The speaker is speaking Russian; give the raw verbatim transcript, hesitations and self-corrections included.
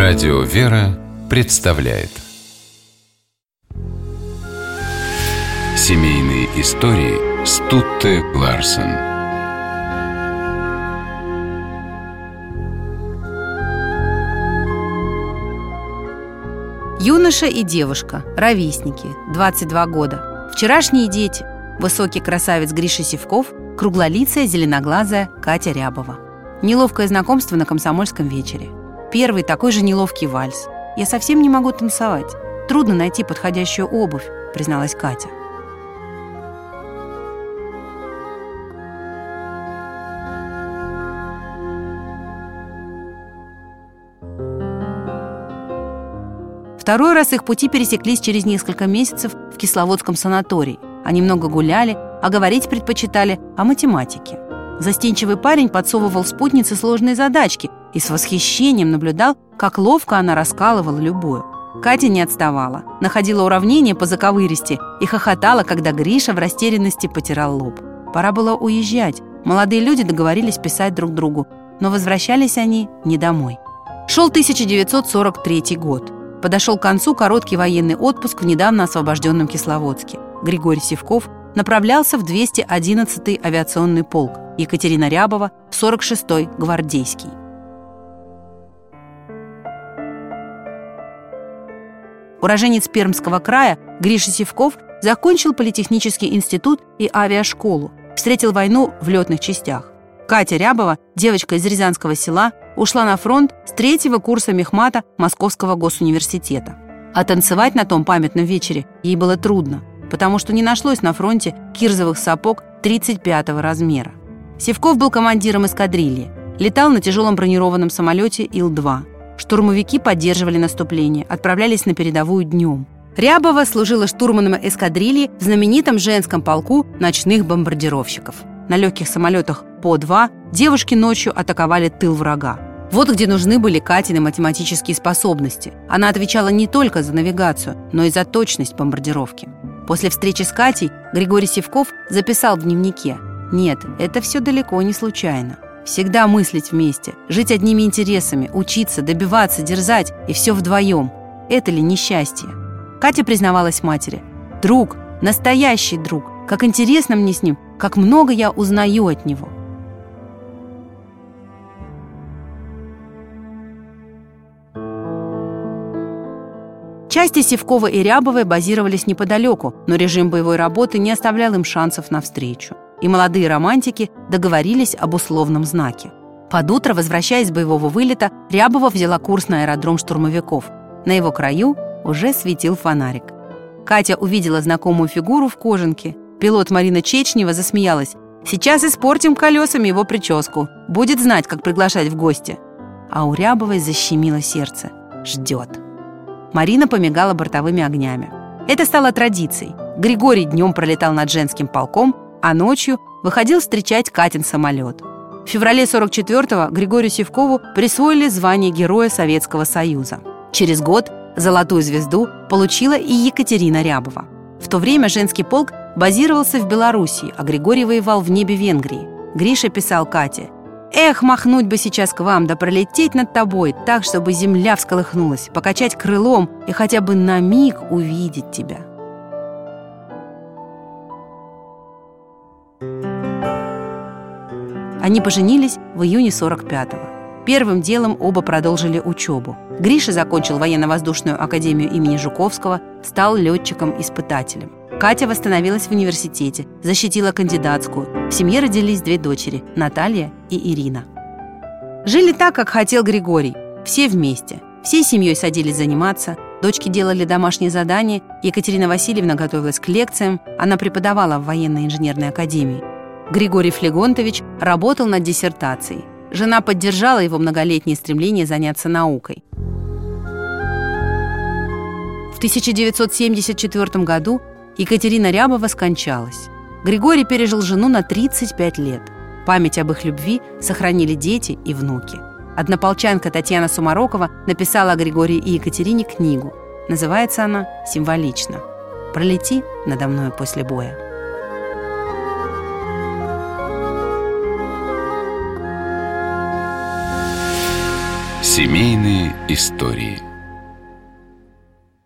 Радио «Вера» представляет семейные истории Стутте Ларсен. Юноша и девушка, ровесники, двадцать два года. Вчерашние дети. Высокий красавец Гриша Сивков, круглолицая, зеленоглазая Катя Рябова. Неловкое знакомство на комсомольском вечере. Первый такой же неловкий вальс. «Я совсем не могу танцевать. Трудно найти подходящую обувь», — призналась Катя. Второй раз их пути пересеклись через несколько месяцев в Кисловодском санатории. Они много гуляли, а говорить предпочитали о математике. Застенчивый парень подсовывал спутнице сложные задачки и с восхищением наблюдал, как ловко она раскалывала любую. Катя не отставала, находила уравнения по заковыристи и хохотала, когда Гриша в растерянности потирал лоб. Пора было уезжать. Молодые люди договорились писать друг другу, но возвращались они не домой. Шел тысяча девятьсот сорок третий год. Подошел к концу короткий военный отпуск в недавно освобожденном Кисловодске. Григорий Сивков направлялся в двести одиннадцатый авиационный полк, Екатерина Рябова в сорок шестой гвардейский. Уроженец Пермского края Гриша Сивков закончил политехнический институт и авиашколу, встретил войну в летных частях. Катя Рябова, девочка из Рязанского села, ушла на фронт с третьего курса мехмата Московского госуниверситета. А танцевать на том памятном вечере ей было трудно, потому что не нашлось на фронте кирзовых сапог тридцать пятого размера. Сивков был командиром эскадрильи, летал на тяжелом бронированном самолете Ил два. Штурмовики поддерживали наступление, отправлялись на передовую днем. Рябова служила штурманом эскадрильи в знаменитом женском полку ночных бомбардировщиков. На легких самолетах По два девушки ночью атаковали тыл врага. Вот где нужны были Катины математические способности. Она отвечала не только за навигацию, но и за точность бомбардировки. После встречи с Катей Григорий Сивков записал в дневнике: «Нет, это все далеко не случайно. Всегда мыслить вместе, жить одними интересами, учиться, добиваться, дерзать, и все вдвоем. Это ли не счастье?» Катя признавалась матери: «Друг, настоящий друг, как интересно мне с ним, как много я узнаю от него». Части Сивкова и Рябовой базировались неподалеку, но режим боевой работы не оставлял им шансов на встречу. И молодые романтики договорились об условном знаке. Под утро, возвращаясь с боевого вылета, Рябова взяла курс на аэродром штурмовиков. На его краю уже светил фонарик. Катя увидела знакомую фигуру в кожанке. Пилот Марина Чечнева засмеялась: «Сейчас испортим колесами его прическу. Будет знать, как приглашать в гости». А у Рябовой защемило сердце. Ждет. Марина помигала бортовыми огнями. Это стало традицией. Григорий днем пролетал над женским полком, а ночью выходил встречать Катин самолет. В феврале сорок четвёртого Григорию Сивкову присвоили звание Героя Советского Союза. Через год золотую звезду получила и Екатерина Рябова. В то время женский полк базировался в Белоруссии, а Григорий воевал в небе Венгрии. Гриша писал Кате: «Эх, махнуть бы сейчас к вам, да пролететь над тобой так, чтобы земля всколыхнулась, покачать крылом и хотя бы на миг увидеть тебя». Они поженились в июне сорок пятого. Первым делом оба продолжили учебу. Гриша закончил военно-воздушную академию имени Жуковского, стал летчиком-испытателем. Катя восстановилась в университете, защитила кандидатскую. В семье родились две дочери – Наталья и Ирина. Жили так, как хотел Григорий. Все вместе. Всей семьей садились заниматься. Дочки делали домашние задания. Екатерина Васильевна готовилась к лекциям. Она преподавала в военной инженерной академии. Григорий Флегонтович работал над диссертацией. Жена поддержала его многолетнее стремление заняться наукой. В тысяча девятьсот семьдесят четвёртом году Екатерина Рябова скончалась. Григорий пережил жену на тридцать пять лет. Память об их любви сохранили дети и внуки. Однополчанка Татьяна Сумарокова написала о Григории и Екатерине книгу. Называется она символично «Пролети надо мною после боя». Семейные истории.